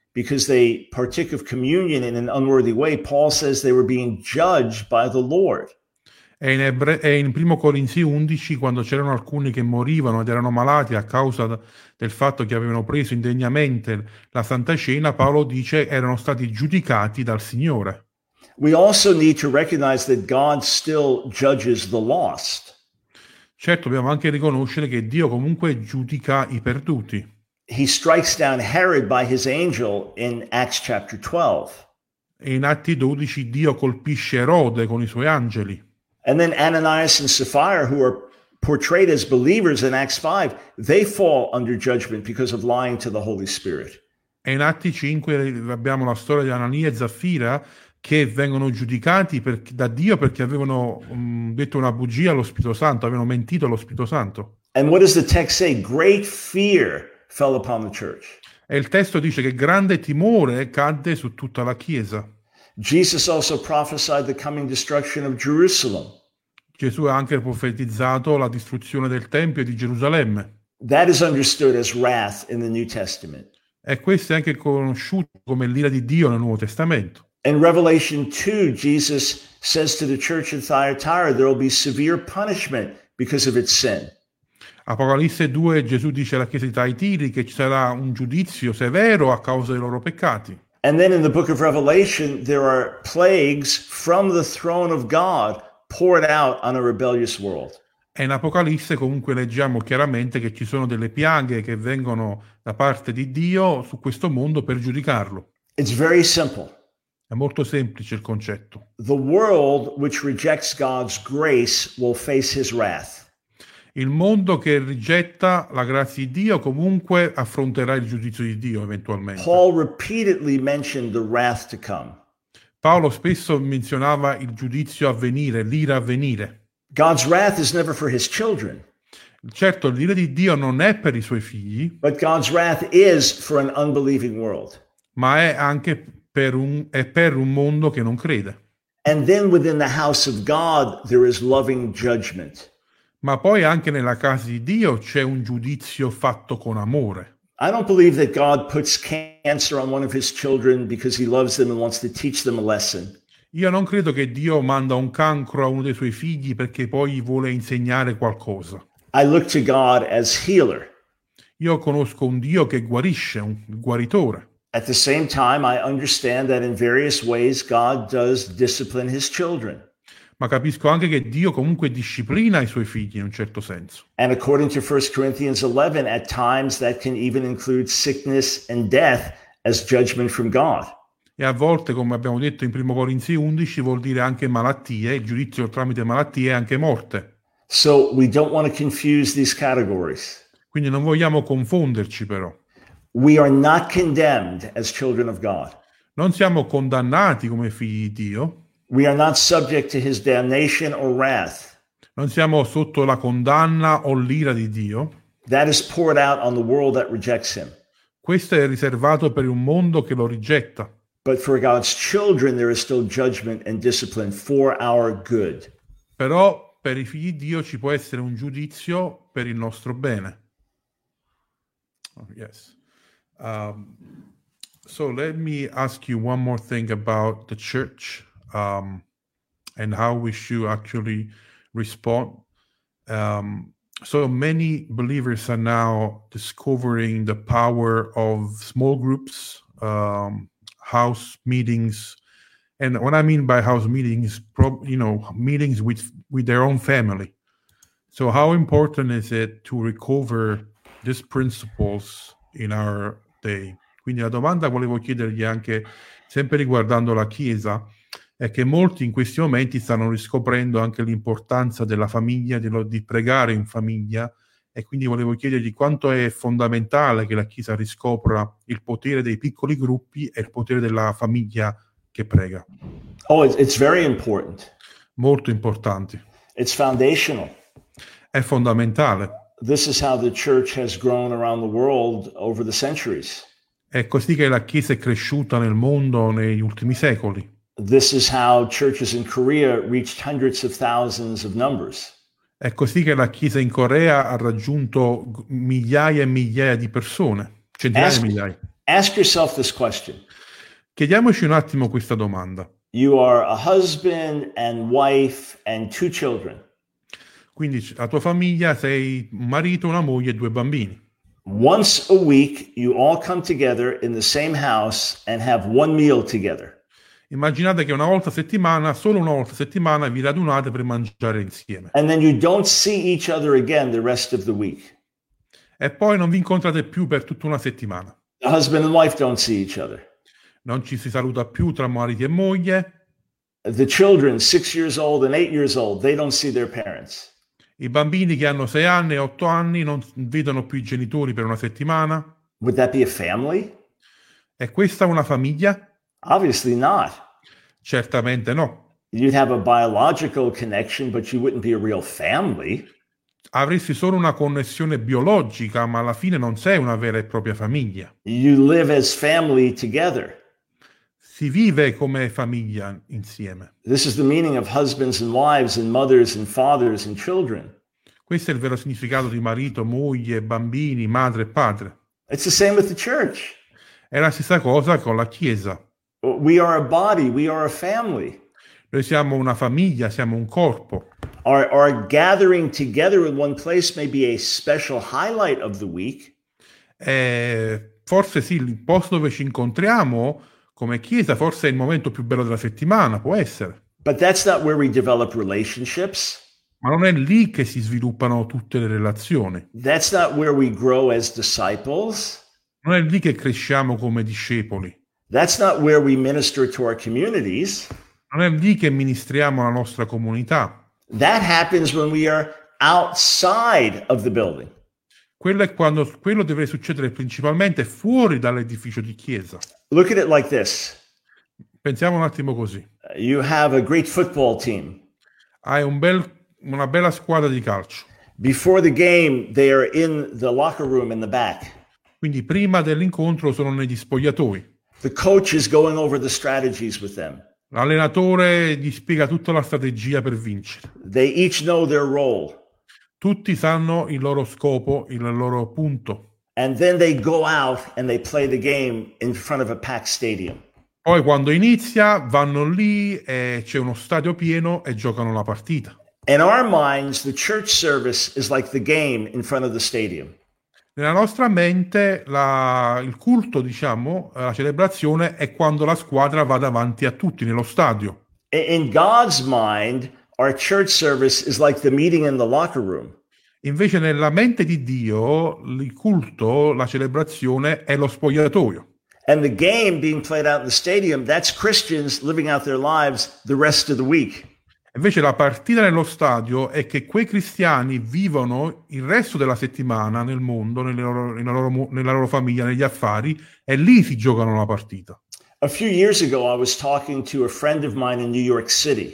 because they partook of communion in an unworthy way, Paul says they were being judged by the Lord. E in, Ebre- e in primo Corinzi undici, quando c'erano alcuni che morivano ed erano malati a causa d- del fatto che avevano preso indegnamente la Santa Cena, Paolo dice erano stati giudicati dal Signore. We also need to recognize that God still judges the lost. Certo, dobbiamo anche riconoscere che Dio comunque giudica i perduti. He strikes down Herod by his angel in Acts chapter twelve. E in Atti dodici Dio colpisce Erode con i suoi angeli. And then Ananias and Sapphira, who are portrayed as believers in Acts five, they fall under judgment because of lying to the Holy Spirit. E in Atti cinque abbiamo la storia di Anania e Zaffira che vengono giudicati per, da Dio perché avevano um, detto una bugia allo Spirito Santo, avevano mentito allo Spirito Santo. And what does the text say? Great fear fell upon the church. E il testo dice che grande timore cadde su tutta la Chiesa. Jesus also prophesied the coming destruction of Jerusalem. Gesù ha anche profetizzato la distruzione del Tempio di Gerusalemme. That is understood as wrath in the New Testament. E questo è anche conosciuto come l'ira di Dio nel Nuovo Testamento. In Revelation two, Jesus says to the church in Thyatira, there will be severe punishment because of its sin. Apocalisse due, Gesù dice alla Chiesa di Taitiri che ci sarà un giudizio severo a causa dei loro peccati. And then in the book of Revelation, there are plagues from the throne of God poured out on a rebellious world. E in Apocalisse comunque leggiamo chiaramente che ci sono delle piaghe che vengono da parte di Dio su questo mondo per giudicarlo. It's very simple. È molto semplice il concetto. The world which rejects God's grace will face his wrath. Il mondo che rigetta la grazia di Dio comunque affronterà il giudizio di Dio eventualmente. Paul repeatedly mentioned the wrath to come. Paolo spesso menzionava il giudizio a venire, l'ira a venire. God's wrath is never for his children. Certo, l'ira di Dio non è per i suoi figli, But God's wrath is for an unbelieving world. ma è anche per un, è per un mondo che non crede. And then within the house of God, there is loving judgment. Ma poi anche nella casa di Dio c'è un giudizio fatto con amore. I don't believe that God puts cancer on one of his children because he loves them and wants to teach them a lesson. Io non credo che Dio manda un cancro a uno dei suoi figli perché poi vuole insegnare qualcosa. I look to God as healer. Io conosco un Dio che guarisce, un guaritore. At the same time, I understand that in various ways God does discipline his children. Ma capisco anche che Dio comunque disciplina i suoi figli in un certo senso. And according to First Corinthians eleven, at times that can even include sickness and death as judgment from God. E a volte, come abbiamo detto in primo Corinzi undici, vuol dire anche malattie, il giudizio tramite malattie e anche morte. So we don't want to confuse these categories. Quindi non vogliamo confonderci però. We are not condemned as children of God. Non siamo condannati come figli di Dio. We are not subject to his damnation or wrath. Non siamo sotto la condanna o l'ira di Dio. That is poured out on the world that rejects him. Questo è riservato per un mondo che lo rigetta. But for God's children, there is still judgment and discipline for our good. Però per i figli di Dio ci può essere un giudizio per il nostro bene. Oh, yes. Um, so let me ask you one more thing about the church. Um, and how we should actually respond. Um, so many believers are now discovering the power of small groups, um, house meetings, and what I mean by house meetings, pro- you know, meetings with with their own family. So how important is it to recover these principles in our day? Quindi la domanda volevo chiedergli anche, sempre riguardando la Chiesa, è che molti in questi momenti stanno riscoprendo anche l'importanza della famiglia, di, di pregare in famiglia, e quindi volevo chiedergli quanto è fondamentale che la Chiesa riscopra il potere dei piccoli gruppi e il potere della famiglia che prega. Oh, it's, it's very important. Molto importante. It's foundational. È fondamentale. This is how the church has grown around the world over the centuries. È così che la Chiesa è cresciuta nel mondo negli ultimi secoli. This is how churches in Korea reached hundreds of thousands of numbers. È così che la Chiesa in Corea ha raggiunto migliaia e migliaia di persone, centinaia Ask, di migliaia. Ask yourself this question. Chiediamoci un attimo questa domanda. You are a husband and wife and two children. Quindi la tua famiglia, sei un marito, una moglie e due bambini. Once a week, you all come together in the same house and have one meal together. Immaginate che una volta a settimana, solo una volta a settimana, vi radunate per mangiare insieme. And then you don't see each other again the rest of the week. E poi non vi incontrate più per tutta una settimana. The husband and wife don't see each other. Non ci si saluta più tra mariti e moglie. The children, six years old and eight years old, they don't see their parents. I bambini che hanno sei anni e otto anni non vedono più i genitori per una settimana. Would that be a family? È questa una famiglia? Obviously not. Certamente no. You'd have a biological connection, but you wouldn't be a real family. Avresti solo una connessione biologica, ma alla fine non sei una vera e propria famiglia. You live as family together. Si vive come famiglia insieme. This is the meaning of husbands and wives and mothers and fathers and children. Questo è il vero significato di marito, moglie, bambini, madre e padre. It's the same with the church. È la stessa cosa con la Chiesa. We are a body, we are a family. Noi siamo una famiglia, siamo un corpo. Our, our gathering together in one place may be a special highlight of the week. E forse sì, il posto dove ci incontriamo come Chiesa forse è il momento più bello della settimana, può essere. But that's not where we develop relationships. Ma non è lì che si sviluppano tutte le relazioni. That's not where we grow as disciples. Non è lì che cresciamo come discepoli. That's not where we minister to our communities. Non è lì che ministriamo la nostra comunità. That happens when we are outside of the building. Quello è quando quello deve succedere principalmente fuori dall'edificio di chiesa. Look at it like this. Pensiamo un attimo così. You have a great football team. Hai un bel, una bella squadra di calcio. Before the game, they are in the locker room in the back. Quindi prima dell'incontro sono negli spogliatoi. The coach is going over the strategies with them. L'allenatore gli spiega tutta la strategia per vincere. They each know their role. Tutti sanno il loro scopo, il loro punto. And then they go out and they play the game in front of a packed stadium. Poi quando inizia vanno lì e c'è uno stadio pieno e giocano la partita. In our minds, the church service is like the game in front of the stadium. Nella nostra mente la, il culto, diciamo, la celebrazione è quando la squadra va davanti a tutti nello stadio. In God's mind, our church service is like the meeting in the locker room. Invece nella mente di Dio il culto, la celebrazione è lo spogliatoio. And the game being played out in the stadium, that's Christians living out their lives the rest of the week. Invece la partita nello stadio è che quei cristiani vivono il resto della settimana nel mondo, nelle loro, nella, loro, nella loro famiglia, negli affari, e lì si giocano la partita. A few years ago, I was talking to a friend of mine in New York City.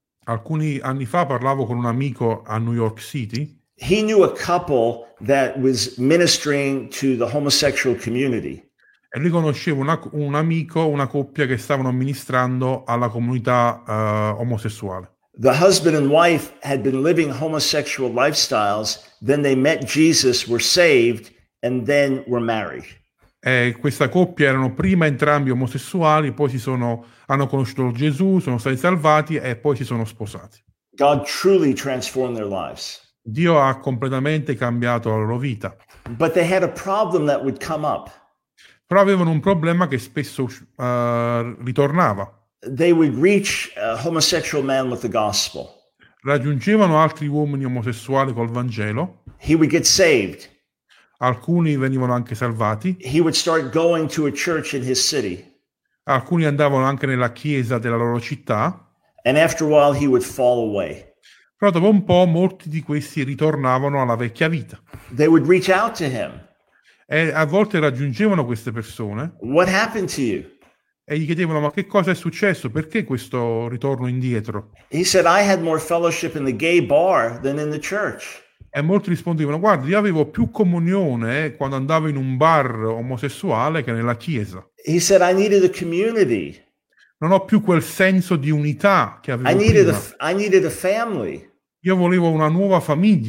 Alcuni anni fa parlavo con un amico a New York City. He knew a couple that was ministering to the homosexual community. E lui conosceva una, un amico, una coppia che stavano ministrando alla comunità uh, omosessuale. The husband and wife had been living homosexual lifestyles, then they met Jesus, were saved, and then were married. E questa coppia erano prima entrambi omosessuali, poi si sono, hanno conosciuto Gesù, sono stati salvati e poi si sono sposati. God truly transformed their lives. Dio ha completamente cambiato la loro vita. But they had a problem that would come up. Però avevano un problema che spesso uh, ritornava. They would reach a homosexual man with the gospel. Raggiungevano altri uomini omosessuali col Vangelo. He would get saved. Alcuni venivano anche salvati. He would start going to a church in his city. Alcuni andavano anche nella chiesa della loro città. And after a while he would fall away. Però dopo un po' molti di questi ritornavano alla vecchia vita. They would reach out to him. E a volte raggiungevano queste persone. What happened to you? E gli chiedevano: ma che cosa è successo? Perché questo ritorno indietro? He said, I had more fellowship in the gay bar than in the church. E molti rispondevano: guarda, io avevo più comunione quando andavo in un bar omosessuale che nella chiesa. He said, I needed a community. Non ho più quel senso di unità che avevo I needed prima. a, I needed a family. Io volevo una nuova famiglia.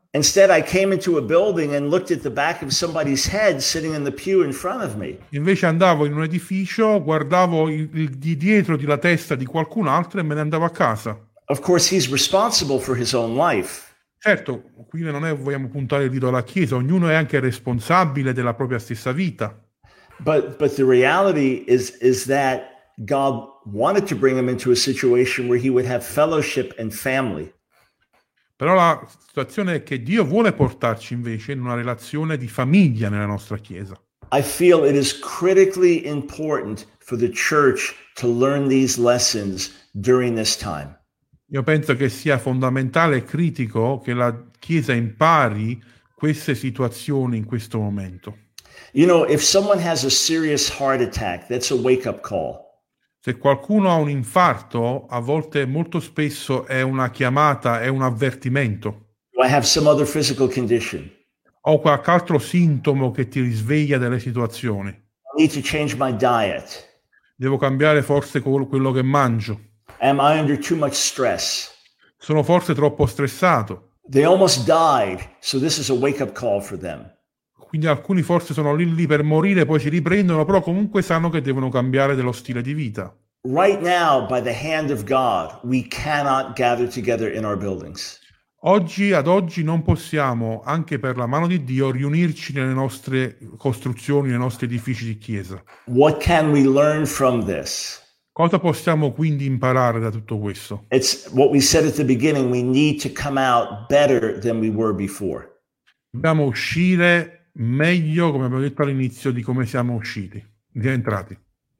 Instead, I came into a building and looked at the back of somebody's head sitting in the pew in front of me. Invece andavo in un edificio, guardavo il, il, di dietro di la testa di qualcun altro e me ne andavo a casa. Of course, he's responsible for his own life. Certo, qui non è vogliamo puntare il dito alla Chiesa, ognuno è anche responsabile della propria stessa vita. But but the reality is is that God wanted to bring him into a situation where he would have fellowship and family. Però la situazione è che Dio vuole portarci invece in una relazione di famiglia nella nostra Chiesa. I feel it is critically important for the church to learn these lessons during this time. Io penso che sia fondamentale e critico che la Chiesa impari queste situazioni in questo momento. You know, if someone has a serious heart attack, that's a wake-up call. Se qualcuno ha un infarto, a volte molto spesso è una chiamata, è un avvertimento. Do I have some other physical condition? O qualche altro sintomo che ti risveglia delle situazioni. I need to change my diet. Devo cambiare forse quello che mangio. Am I under too much stress? Sono forse troppo stressato. They almost died, so this is a wake-up call for them. Quindi alcuni forse sono lì, lì per morire, poi si riprendono, però comunque sanno che devono cambiare dello stile di vita. Right now, by the hand of God, we cannot gather together in our buildings. Oggi, ad oggi, non possiamo, anche per la mano di Dio, riunirci nelle nostre costruzioni, nei nostri edifici di chiesa. What can we learn from this? Cosa possiamo quindi imparare da tutto questo? It's what we said at the beginning, we need to come out better than we were before. Dobbiamo uscire meglio, come abbiamo detto all'inizio, di come siamo usciti, di entrati.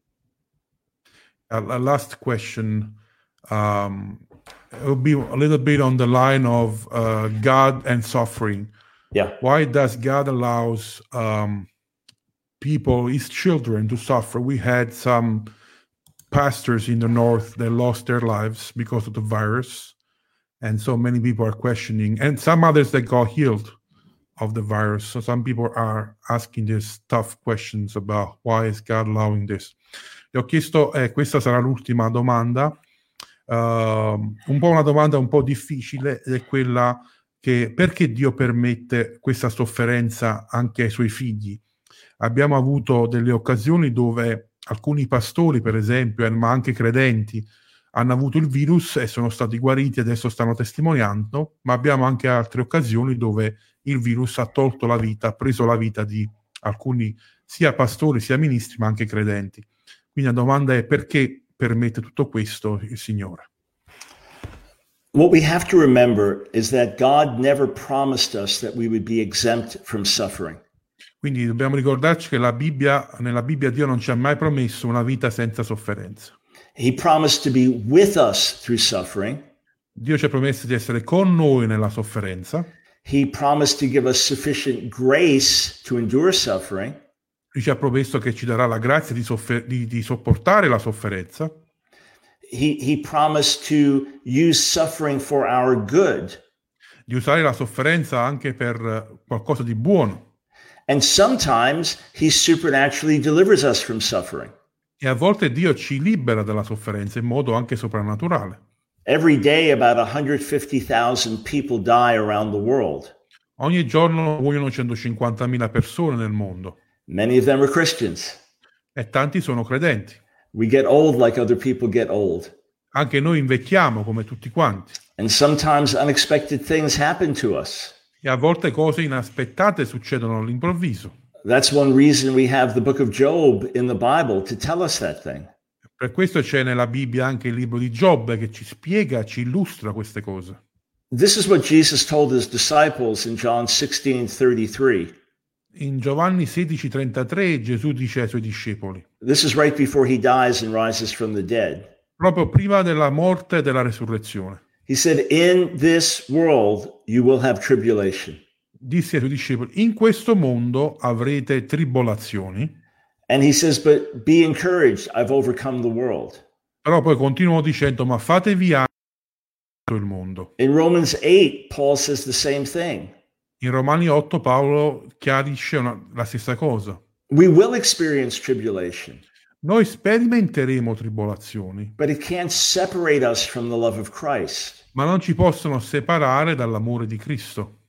A, a last question um, will be a little bit on the line of uh, God and suffering. Yeah. Why does God allows um, people, his children, to suffer? We had some pastors in the north that lost their lives because of the virus, and so many people are questioning, and some others that got healed of the virus. So some people are asking these tough questions about why is God allowing this. Le ho chiesto, eh, questa sarà l'ultima domanda, uh, un po' una domanda un po' difficile, è quella che perché Dio permette questa sofferenza anche ai suoi figli? Abbiamo avuto delle occasioni dove alcuni pastori, per esempio, ma anche credenti, hanno avuto il virus e sono stati guariti, adesso stanno testimoniando, ma abbiamo anche altre occasioni dove il virus ha tolto la vita, ha preso la vita di alcuni sia pastori sia ministri, ma anche credenti. Quindi la domanda è perché permette tutto questo il Signore? What we have to remember is that God never promised us that we would be exempt from suffering. Quindi dobbiamo ricordarci che la Bibbia, nella Bibbia Dio non ci ha mai promesso una vita senza sofferenza. He promised to be with us through suffering. Dio ci ha promesso di essere con noi nella sofferenza. He promised to give us sufficient grace to endure suffering. Lui ci ha promesso che ci darà la grazia di, soffer- di, di sopportare la sofferenza. He, he promised to use suffering for our good. Di usare la sofferenza anche per qualcosa di buono. And sometimes he supernaturally delivers us from suffering. E a volte Dio ci libera dalla sofferenza in modo anche soprannaturale. Every day about one hundred fifty thousand people die around the world. Ogni giorno muoiono centocinquantamila persone nel mondo. Many of them are Christians. E tanti sono credenti. We get old like other people get old. Anche noi invecchiamo come tutti quanti. And sometimes unexpected things happen to us. E a volte cose inaspettate succedono all'improvviso. That's one reason we have the book of Job in the Bible to tell us that thing. Per questo c'è nella Bibbia anche il libro di Giobbe che ci spiega, ci illustra queste cose. This is what Jesus told his disciples in John sixteen thirty-three. In Giovanni sedici trentatré Gesù dice ai suoi discepoli. This is right before he dies and rises from the dead. Proprio prima della morte e della resurrezione. He said, in this world you will have tribulation. Disse ai suoi discepoli, in questo mondo avrete tribolazioni. And he says, but be encouraged, I've overcome the world. Però poi continuò dicendo, ma fatevi animo il mondo. In Romans eight, Paul says the same thing. In Romani otto Paolo chiarisce una, la stessa cosa. We will experience tribulation. Noi sperimenteremo tribolazioni. But it can't separate us from the love of Christ. Ma non ci possono separare dall'amore di Cristo.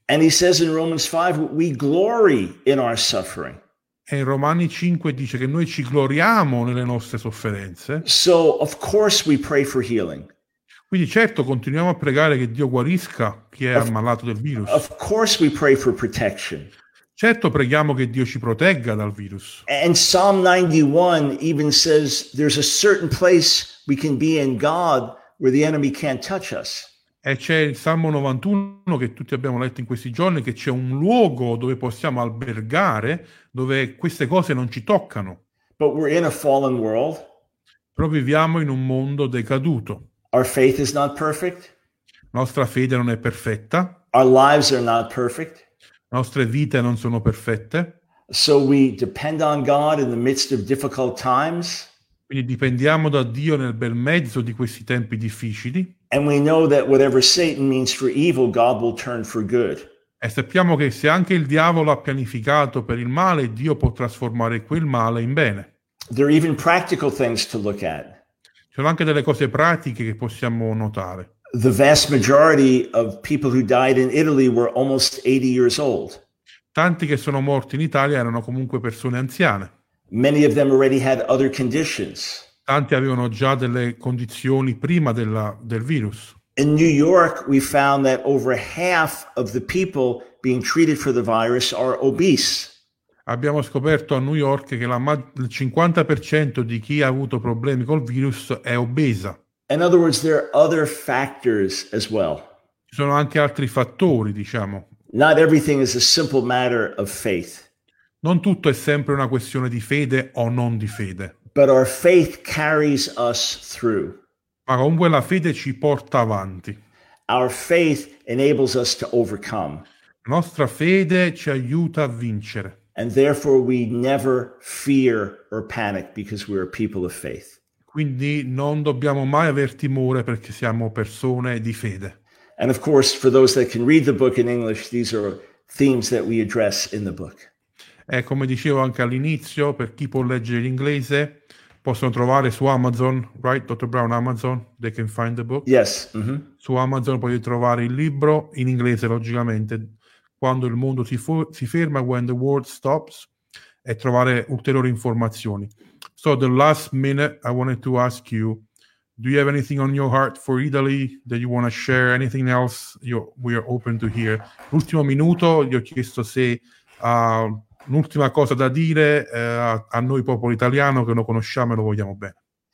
And he says in Romans five, we glory in our suffering. E in Romani cinque dice che noi ci gloriamo nelle nostre sofferenze. So, of course, we pray for healing. Quindi certo continuiamo a pregare che Dio guarisca chi è Of- ammalato del virus. Of course, we pray for protection. Certo preghiamo che Dio ci protegga dal virus. And Psalm ninety-one even says there's a certain place we can be in God where the enemy can't touch us. E c'è il Salmo novantuno che tutti abbiamo letto in questi giorni, che c'è un luogo dove possiamo albergare, dove queste cose non ci toccano. But we're in a fallen world. Però viviamo in un mondo decaduto. Our faith is not perfect. La nostra fede non è perfetta, Our lives are not perfect. le nostre vite non sono perfette, So we depend on God in the midst of difficult times. quindi dipendiamo da Dio nel bel mezzo di questi tempi difficili. And we know that whatever Satan means for evil, God will turn for good. E sappiamo che se anche il diavolo ha pianificato per il male, Dio può trasformare quel male in bene. There are even practical things to look at. Ci sono anche delle cose pratiche che possiamo notare. The vast majority of people who died in Italy were almost eighty years old. Tanti che sono morti in Italia erano comunque persone anziane. Many of them already had other conditions. Tanti avevano già delle condizioni prima della, del virus. In New York, we found that over half of the people being treated for the virus are obese. Abbiamo scoperto a New York che la, ma- il cinquanta per cento di chi ha avuto problemi col virus è obesa. In other words, there are other factors as well. Ci sono anche altri fattori, diciamo. Not everything is a simple matter of faith, Non tutto è sempre una questione di fede o non di fede, but our faith carries us through. ma comunque la fede ci porta avanti. Our faith enables us to overcome, La nostra fede ci aiuta a vincere. and therefore we never fear or panic because we're a people of faith. Quindi non dobbiamo mai aver timore perché siamo persone di fede. And of course, for those that can read the book in English, these are themes that we address in the book. E come dicevo anche all'inizio, per chi può leggere l'inglese, possono trovare su Amazon, right, doctor Brown, Amazon, they can find the book. Yes. mhm. Su Amazon potete trovare il libro, in inglese logicamente, Quando il mondo si, fu- si ferma, When the World Stops, e trovare ulteriori informazioni. So the last minute, I wanted to ask you, do you have anything on your heart for Italy that you want to share? Anything else? You, we are open to hear. L'ultimo minuto, gli ho chiesto se ha un'ultima cosa da dire eh, a, a noi popolo italiano che lo conosciamo e lo vogliamo bene.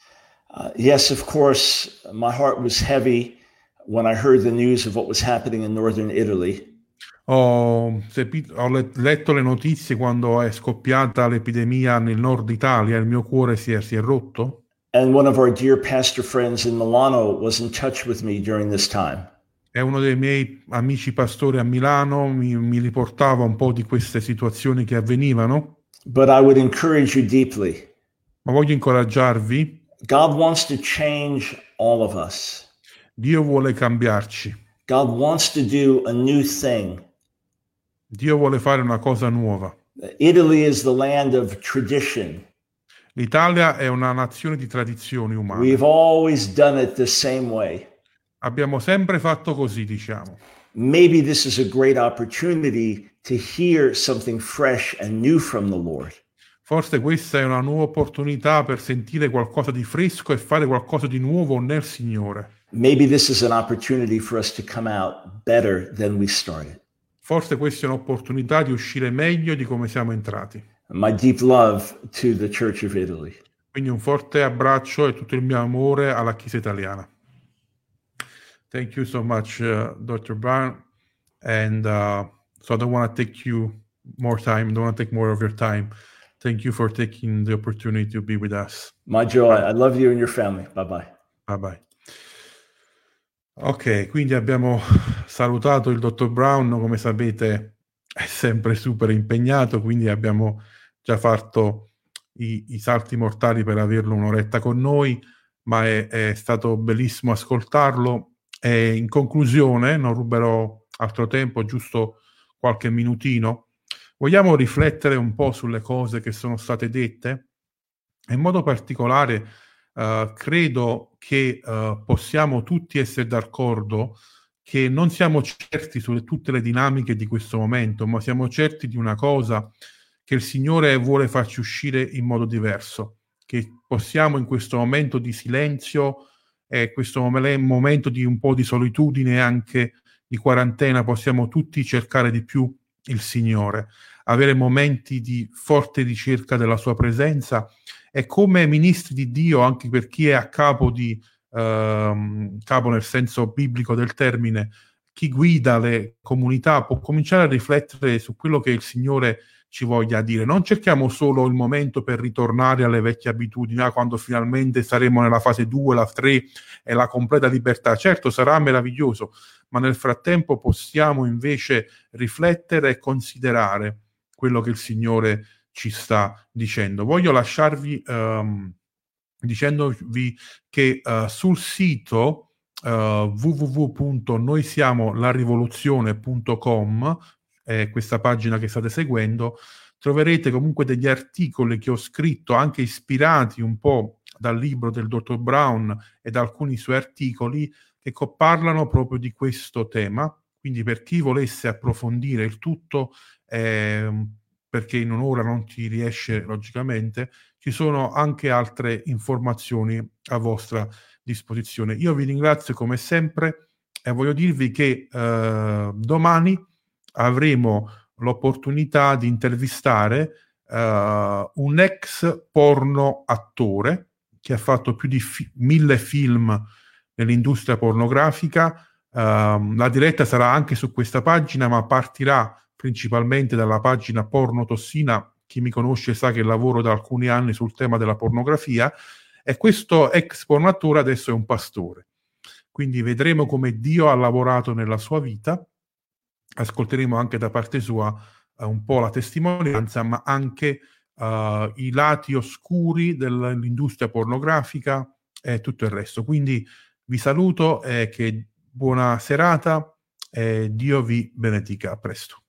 Uh, yes, of course, my heart was heavy when I heard the news of what was happening in northern Italy. Ho, sepi- ho le- letto le notizie quando è scoppiata l'epidemia nel nord Italia, il mio cuore si è, si è rotto. And one of our dear pastor friends in Milano was in touch with me during this time. E uno dei miei amici pastori a Milano mi, mi riportava un po' di queste situazioni che avvenivano, But I would encourage you deeply. ma voglio incoraggiarvi. God wants to change all of us. Dio vuole cambiarci, God wants to do a new thing. Dio vuole fare una cosa nuova. Italy is the land of tradition. L'Italia è una nazione di tradizioni umane. We've always done it the same way. Abbiamo sempre fatto così, diciamo. Maybe this is a great opportunity to hear something fresh and new from the Lord. Forse questa è una nuova opportunità per sentire qualcosa di fresco e fare qualcosa di nuovo nel Signore. Maybe this is an opportunity for us to come out better than we started. Forse questa è un'opportunità di uscire meglio di come siamo entrati. My deep love to the Church of Italy. Quindi un forte abbraccio e tutto il mio amore alla Chiesa italiana. Thank you so much, uh, doctor Brown. And uh, so I don't want to take you more time, don't want to take more of your time. Thank you for taking the opportunity to be with us. My joy. I love you and your family. Bye-bye. Bye bye. Ok, quindi abbiamo salutato il dottor Brown, come sapete è sempre super impegnato, quindi abbiamo già fatto i, i salti mortali per averlo un'oretta con noi, ma è, è stato bellissimo ascoltarlo. E in conclusione, non ruberò altro tempo, giusto qualche minutino, vogliamo riflettere un po' sulle cose che sono state dette. In modo particolare uh, credo che uh, possiamo tutti essere d'accordo che non siamo certi su tutte le dinamiche di questo momento, ma siamo certi di una cosa, che il Signore vuole farci uscire in modo diverso, che possiamo in questo momento di silenzio e questo momento di un po' di solitudine, anche di quarantena, possiamo tutti cercare di più il Signore, avere momenti di forte ricerca della sua presenza, e come ministri di Dio, anche per chi è a capo di ehm, capo nel senso biblico del termine, chi guida le comunità può cominciare a riflettere su quello che il Signore ci voglia dire. Non cerchiamo solo il momento per ritornare alle vecchie abitudini, ah, quando finalmente saremo nella fase due, la tre e la completa libertà. Certo, sarà meraviglioso, ma nel frattempo possiamo invece riflettere e considerare quello che il Signore ci sta dicendo. Voglio lasciarvi um, dicendovi che uh, sul sito uh, w w w punto noi siamo la rivoluzione punto com, eh, questa pagina che state seguendo, troverete comunque degli articoli che ho scritto, anche ispirati un po' dal libro del dottor Brown e da alcuni suoi articoli, che co- parlano proprio di questo tema. Quindi per chi volesse approfondire il tutto, eh, perché in un'ora non ti riesce logicamente, ci sono anche altre informazioni a vostra disposizione. Io vi ringrazio come sempre e voglio dirvi che eh, domani avremo l'opportunità di intervistare uh, un ex porno attore che ha fatto più di fi- mille film nell'industria pornografica. Uh, la diretta sarà anche su questa pagina, ma partirà principalmente dalla pagina Porno Tossina. Chi mi conosce sa che lavoro da alcuni anni sul tema della pornografia, e questo ex porno attore adesso è un pastore. Quindi vedremo come Dio ha lavorato nella sua vita. Ascolteremo anche da parte sua uh, un po' la testimonianza, ma anche uh, i lati oscuri dell'industria pornografica e tutto il resto. Quindi vi saluto e che buona serata e Dio vi benedica. A presto.